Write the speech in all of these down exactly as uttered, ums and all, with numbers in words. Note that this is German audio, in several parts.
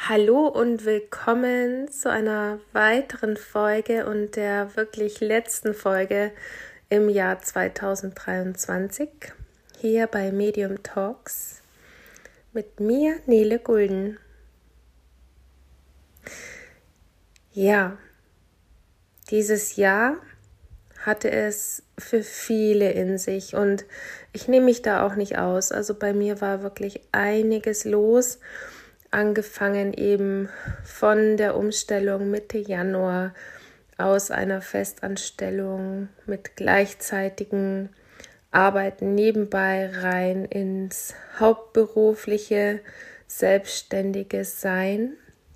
Hallo und willkommen zu einer weiteren Folge und der wirklich letzten Folge im Jahr zweitausenddreiundzwanzig hier bei Medium Talks mit mir, Nele Gulden. Ja, dieses Jahr hatte es für viele in sich und ich nehme mich da auch nicht aus. Also bei mir war wirklich einiges los. Angefangen eben von der Umstellung Mitte Januar aus einer Festanstellung mit gleichzeitigen Arbeiten nebenbei rein ins hauptberufliche, selbstständige Sein.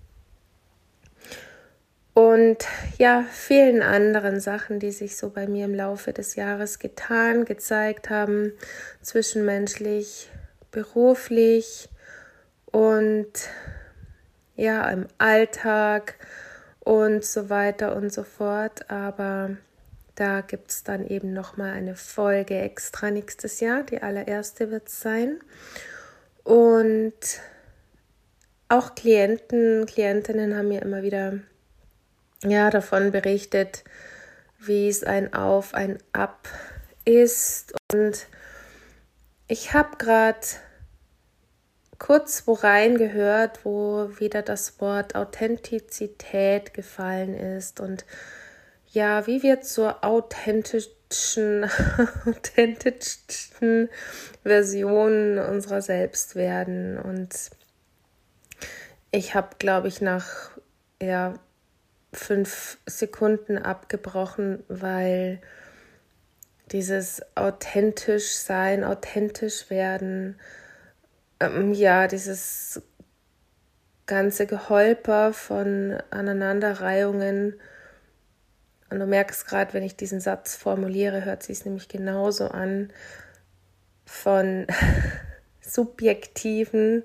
Und ja, vielen anderen Sachen, die sich so bei mir im Laufe des Jahres getan, gezeigt haben, zwischenmenschlich, beruflich, und ja, im Alltag und so weiter und so fort. Aber da gibt es dann eben nochmal eine Folge extra nächstes Jahr. Die allererste wird es sein. Und auch Klienten, Klientinnen haben mir immer wieder ja, davon berichtet, wie es ein Auf, ein Ab ist. Und ich habe gerade kurz wo reingehört, wo wieder das Wort Authentizität gefallen ist und ja, wie wir zur authentischen, authentischsten Version unserer selbst werden. Und ich habe, glaube ich, nach ja, fünf Sekunden abgebrochen, weil dieses authentisch sein, authentisch werden, ja, dieses ganze Geholper von Aneinanderreihungen, und du merkst gerade, wenn ich diesen Satz formuliere, hört sich es nämlich genauso an, von subjektiven,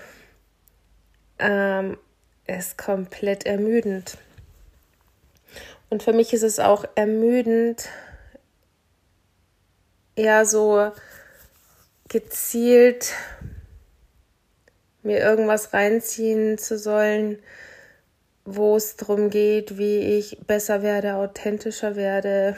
ähm, ist komplett ermüdend. Und für mich ist es auch ermüdend, ja, so gezielt mir irgendwas reinziehen zu sollen, wo es darum geht, wie ich besser werde, authentischer werde.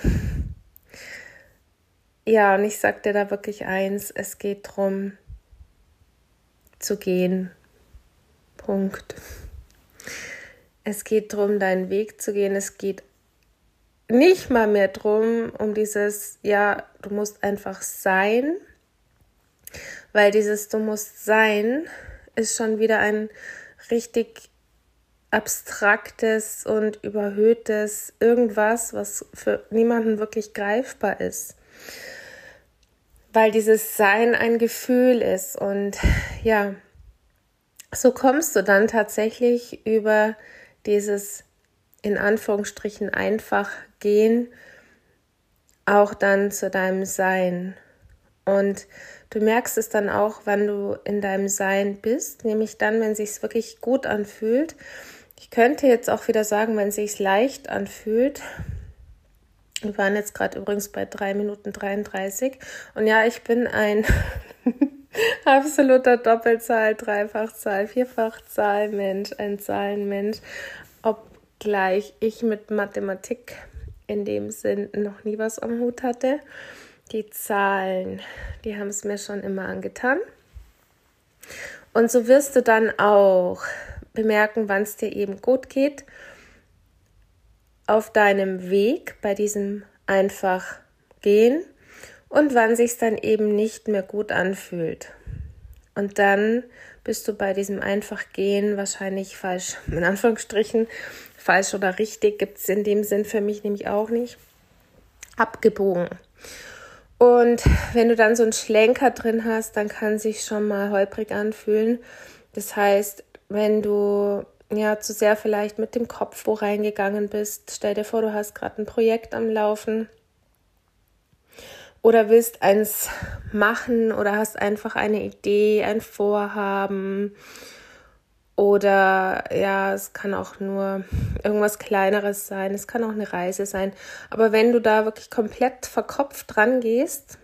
Ja, und ich sag dir da wirklich eins, es geht darum, zu gehen. Punkt. Es geht darum, deinen Weg zu gehen. Es geht nicht mal mehr darum, um dieses, ja, du musst einfach sein, weil dieses du musst sein ist schon wieder ein richtig abstraktes und überhöhtes irgendwas, was für niemanden wirklich greifbar ist. Weil dieses Sein ein Gefühl ist. Und ja, so kommst du dann tatsächlich über dieses in Anführungsstrichen einfach gehen auch dann zu deinem Sein. Und du merkst es dann auch, wann du in deinem Sein bist, nämlich dann, wenn es sich wirklich gut anfühlt. Ich könnte jetzt auch wieder sagen, wenn es sich leicht anfühlt. Wir waren jetzt gerade übrigens bei drei Minuten dreiunddreißig. Und ja, ich bin ein absoluter Doppelzahl, Dreifachzahl, Vierfachzahl Mensch, ein Zahlenmensch. Obgleich ich mit Mathematik in dem Sinn noch nie was am Hut hatte. Die Zahlen, die haben es mir schon immer angetan. Und so wirst du dann auch bemerken, wann es dir eben gut geht, auf deinem Weg bei diesem einfach gehen und wann sich dann eben nicht mehr gut anfühlt. Und dann bist du bei diesem einfach gehen wahrscheinlich falsch, in Anführungsstrichen, falsch oder richtig, gibt es in dem Sinn für mich nämlich auch nicht, abgebogen. Und wenn du dann so einen Schlenker drin hast, dann kann es sich schon mal holprig anfühlen. Das heißt, wenn du ja zu sehr vielleicht mit dem Kopf wo reingegangen bist, stell dir vor, du hast gerade ein Projekt am Laufen oder willst eins machen oder hast einfach eine Idee, ein Vorhaben oder ja, es kann auch nur irgendwas Kleineres sein, es kann auch eine Reise sein. Aber wenn du da wirklich komplett verkopft dran gehst,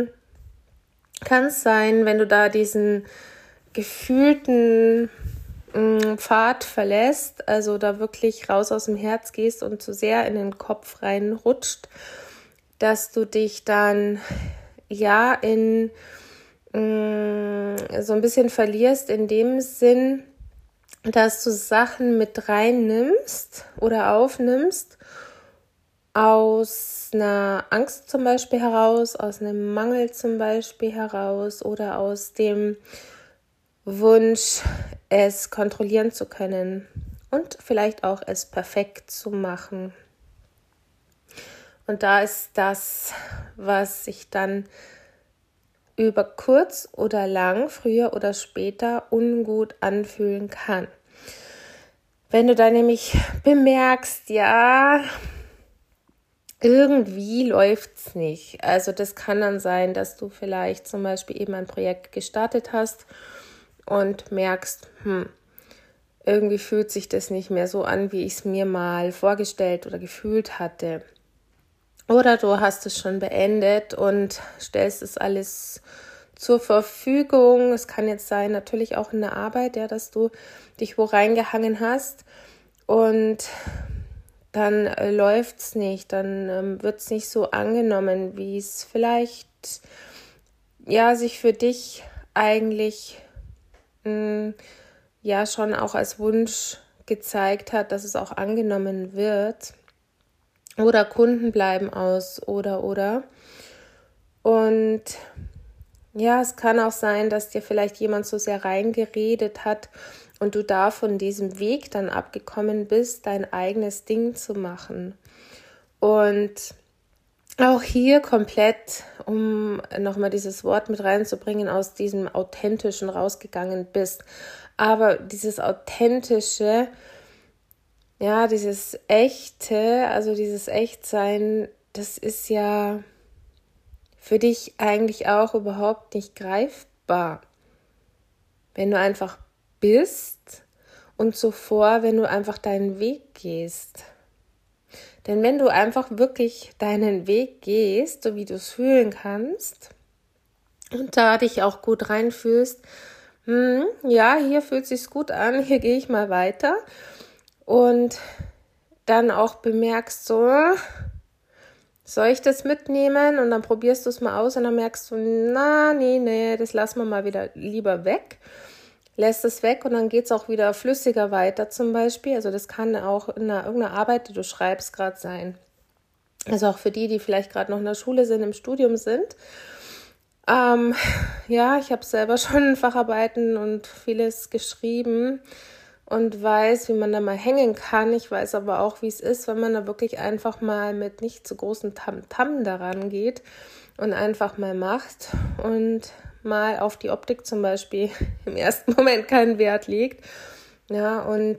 kann es sein, wenn du da diesen gefühlten mh, Pfad verlässt, also da wirklich raus aus dem Herz gehst und zu sehr in den Kopf reinrutscht, dass du dich dann ja in mh, so ein bisschen verlierst in dem Sinn, dass du Sachen mit reinnimmst oder aufnimmst aus einer Angst zum Beispiel heraus, aus einem Mangel zum Beispiel heraus oder aus dem Wunsch, es kontrollieren zu können und vielleicht auch es perfekt zu machen. Und da ist das, was sich dann über kurz oder lang, früher oder später ungut anfühlen kann. Wenn du da nämlich bemerkst, ja, irgendwie läuft's nicht. Also das kann dann sein, dass du vielleicht zum Beispiel eben ein Projekt gestartet hast und merkst, hm, irgendwie fühlt sich das nicht mehr so an, wie ich es mir mal vorgestellt oder gefühlt hatte. Oder du hast es schon beendet und stellst es alles zur Verfügung. Es kann jetzt sein, natürlich auch in der Arbeit, ja, dass du dich wo reingehangen hast und dann äh, läuft es nicht, dann ähm, wird es nicht so angenommen, wie es vielleicht ja sich für dich eigentlich mh, ja schon auch als Wunsch gezeigt hat, dass es auch angenommen wird. Oder Kunden bleiben aus oder oder. Und ja, es kann auch sein, dass dir vielleicht jemand so sehr reingeredet hat und du da von diesem Weg dann abgekommen bist, dein eigenes Ding zu machen. Und auch hier komplett, um nochmal dieses Wort mit reinzubringen, aus diesem Authentischen rausgegangen bist. Aber dieses Authentische, ja, dieses Echte, also dieses Echtsein, das ist ja für dich eigentlich auch überhaupt nicht greifbar. Wenn du einfach bist und zuvor, wenn du einfach deinen Weg gehst. Denn wenn du einfach wirklich deinen Weg gehst, so wie du es fühlen kannst und da dich auch gut reinfühlst, hm, ja, hier fühlt es sich gut an, hier gehe ich mal weiter und dann auch bemerkst so, soll ich das mitnehmen? Und dann probierst du es mal aus und dann merkst du, na, nee, nee, das lassen wir mal wieder lieber weg. Lässt es weg und dann geht es auch wieder flüssiger weiter zum Beispiel. Also das kann auch in einer, irgendeiner Arbeit, die du schreibst, gerade sein. Also auch für die, die vielleicht gerade noch in der Schule sind, im Studium sind. Ähm, ja, ich habe selber schon Facharbeiten und vieles geschrieben und weiß, wie man da mal hängen kann. Ich weiß aber auch, wie es ist, wenn man da wirklich einfach mal mit nicht zu großem Tamtam daran geht und einfach mal macht und mal auf die Optik zum Beispiel im ersten Moment keinen Wert legt. Ja, und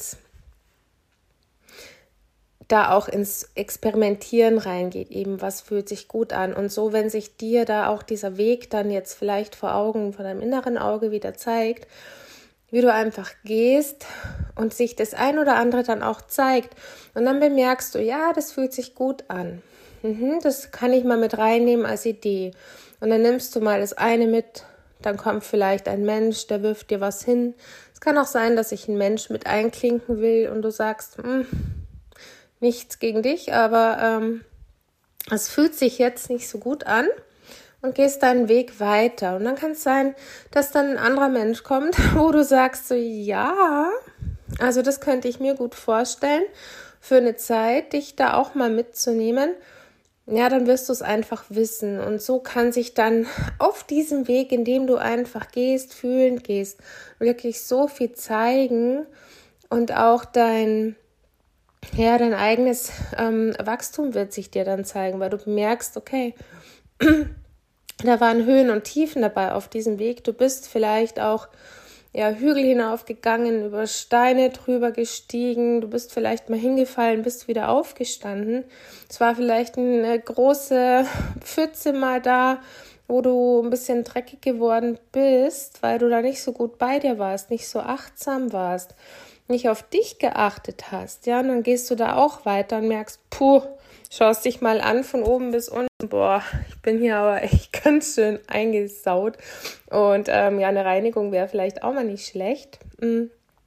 da auch ins Experimentieren reingeht, eben was fühlt sich gut an. Und so, wenn sich dir da auch dieser Weg dann jetzt vielleicht vor Augen, vor deinem inneren Auge wieder zeigt, wie du einfach gehst und sich das ein oder andere dann auch zeigt. Und dann bemerkst du, ja, das fühlt sich gut an. Mhm, das kann ich mal mit reinnehmen als Idee. Und dann nimmst du mal das eine mit, dann kommt vielleicht ein Mensch, der wirft dir was hin. Es kann auch sein, dass sich ein Mensch mit einklinken will und du sagst, hm, nichts gegen dich, aber ähm, es fühlt sich jetzt nicht so gut an. Und gehst deinen Weg weiter. Und dann kann es sein, dass dann ein anderer Mensch kommt, wo du sagst so, ja, also das könnte ich mir gut vorstellen, für eine Zeit dich da auch mal mitzunehmen. Ja, dann wirst du es einfach wissen. Und so kann sich dann auf diesem Weg, in dem du einfach gehst, fühlend gehst, wirklich so viel zeigen und auch dein, ja, dein eigenes ähm, Wachstum wird sich dir dann zeigen, weil du bemerkst, okay, da waren Höhen und Tiefen dabei auf diesem Weg. Du bist vielleicht auch ja, Hügel hinaufgegangen, über Steine drüber gestiegen. Du bist vielleicht mal hingefallen, bist wieder aufgestanden. Es war vielleicht eine große Pfütze mal da, wo du ein bisschen dreckig geworden bist, weil du da nicht so gut bei dir warst, nicht so achtsam warst, nicht auf dich geachtet hast. Ja, und dann gehst du da auch weiter und merkst, puh, schaust dich mal an von oben bis unten. Boah, ich bin hier aber echt ganz schön eingesaut. Und ähm, ja, eine Reinigung wäre vielleicht auch mal nicht schlecht.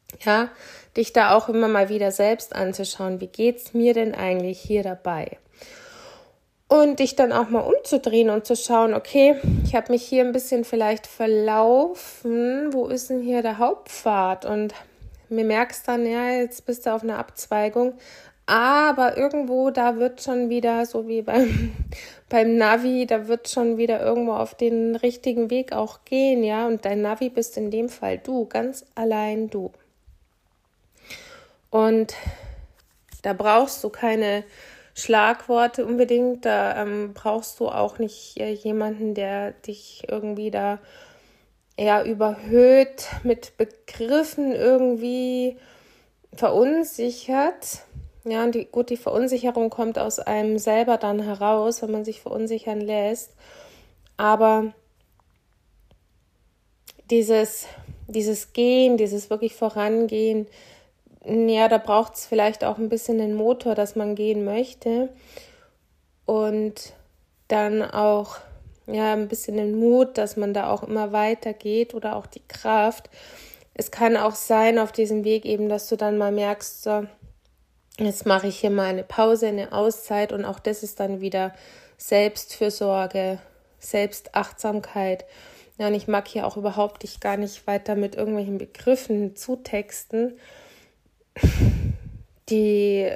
Ja, dich da auch immer mal wieder selbst anzuschauen, wie geht's mir denn eigentlich hier dabei? Und dich dann auch mal umzudrehen und zu schauen, okay, ich habe mich hier ein bisschen vielleicht verlaufen, wo ist denn hier der Hauptpfad? Und mir merkst dann, ja, jetzt bist du auf einer Abzweigung, aber irgendwo, da wird schon wieder, so wie beim, beim Navi, da wird schon wieder irgendwo auf den richtigen Weg auch gehen, ja, und dein Navi bist in dem Fall du, ganz allein du. Und da brauchst du keine Schlagworte unbedingt, da ähm, brauchst du auch nicht äh, jemanden, der dich irgendwie da eher überhöht mit Begriffen irgendwie verunsichert. Ja, und die, gut, die Verunsicherung kommt aus einem selber dann heraus, wenn man sich verunsichern lässt. Aber dieses, dieses Gehen, dieses wirklich Vorangehen, ja, da braucht es vielleicht auch ein bisschen den Motor, dass man gehen möchte. Und dann auch ja ein bisschen den Mut, dass man da auch immer weitergeht oder auch die Kraft. Es kann auch sein auf diesem Weg eben, dass du dann mal merkst, so, jetzt mache ich hier mal eine Pause, eine Auszeit und auch das ist dann wieder Selbstfürsorge, Selbstachtsamkeit. Ja, und ich mag hier auch überhaupt dich gar nicht weiter mit irgendwelchen Begriffen zutexten, die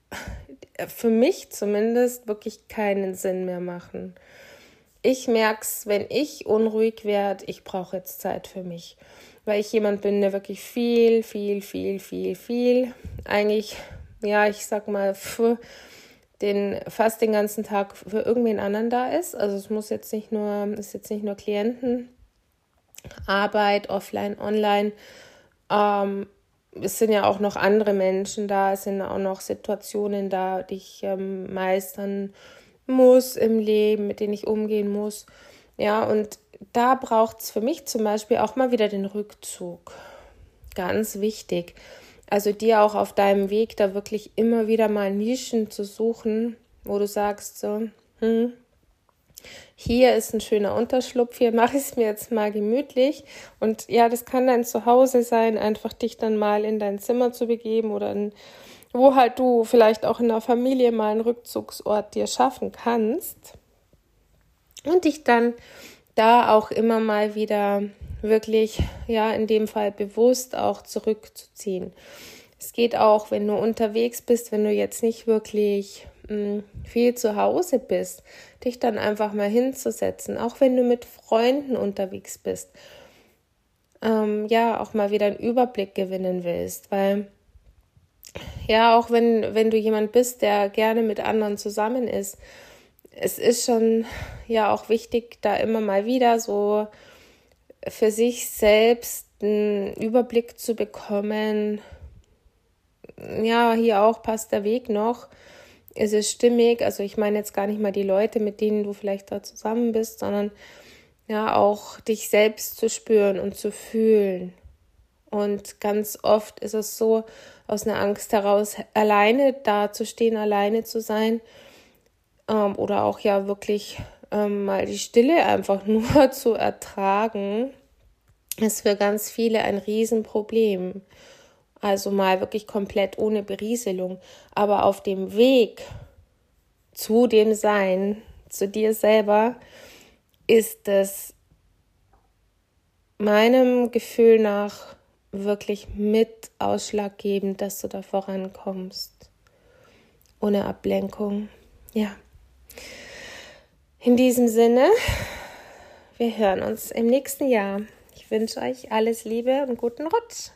für mich zumindest wirklich keinen Sinn mehr machen. Ich merke es, wenn ich unruhig werde, ich brauche jetzt Zeit für mich, weil ich jemand bin, der wirklich viel, viel, viel, viel, viel, eigentlich, ja, ich sag mal, für den, fast den ganzen Tag für irgendwen anderen da ist. Also es muss jetzt nicht nur, ist jetzt nicht nur Klientenarbeit, offline, online, ähm, es sind ja auch noch andere Menschen da, es sind auch noch Situationen da, die ich ähm, meistern muss im Leben, mit denen ich umgehen muss. Ja, und da braucht es für mich zum Beispiel auch mal wieder den Rückzug. Ganz wichtig. Also dir auch auf deinem Weg da wirklich immer wieder mal Nischen zu suchen, wo du sagst so, hm, hier ist ein schöner Unterschlupf, hier mache ich es mir jetzt mal gemütlich. Und ja, das kann dein Zuhause sein, einfach dich dann mal in dein Zimmer zu begeben oder in, wo halt du vielleicht auch in der Familie mal einen Rückzugsort dir schaffen kannst. Und dich dann da auch immer mal wieder wirklich, ja, in dem Fall bewusst auch zurückzuziehen. Es geht auch, wenn du unterwegs bist, wenn du jetzt nicht wirklich mh, viel zu Hause bist, dich dann einfach mal hinzusetzen, auch wenn du mit Freunden unterwegs bist, ähm, ja, auch mal wieder einen Überblick gewinnen willst, weil ja, auch wenn, wenn du jemand bist, der gerne mit anderen zusammen ist, es ist schon ja auch wichtig, da immer mal wieder so für sich selbst einen Überblick zu bekommen. Ja, hier auch passt der Weg noch. Ist es stimmig? Also ich meine jetzt gar nicht mal die Leute, mit denen du vielleicht da zusammen bist, sondern ja auch dich selbst zu spüren und zu fühlen. Und ganz oft ist es so, aus einer Angst heraus alleine dazustehen, alleine zu sein, ähm, oder auch ja wirklich ähm, mal die Stille einfach nur zu ertragen, ist für ganz viele ein Riesenproblem. Also mal wirklich komplett ohne Berieselung. Aber auf dem Weg zu dem Sein, zu dir selber, ist es meinem Gefühl nach wirklich mit ausschlaggebend, dass du da vorankommst. Ohne Ablenkung. Ja. In diesem Sinne, wir hören uns im nächsten Jahr. Ich wünsche euch alles Liebe und guten Rutsch.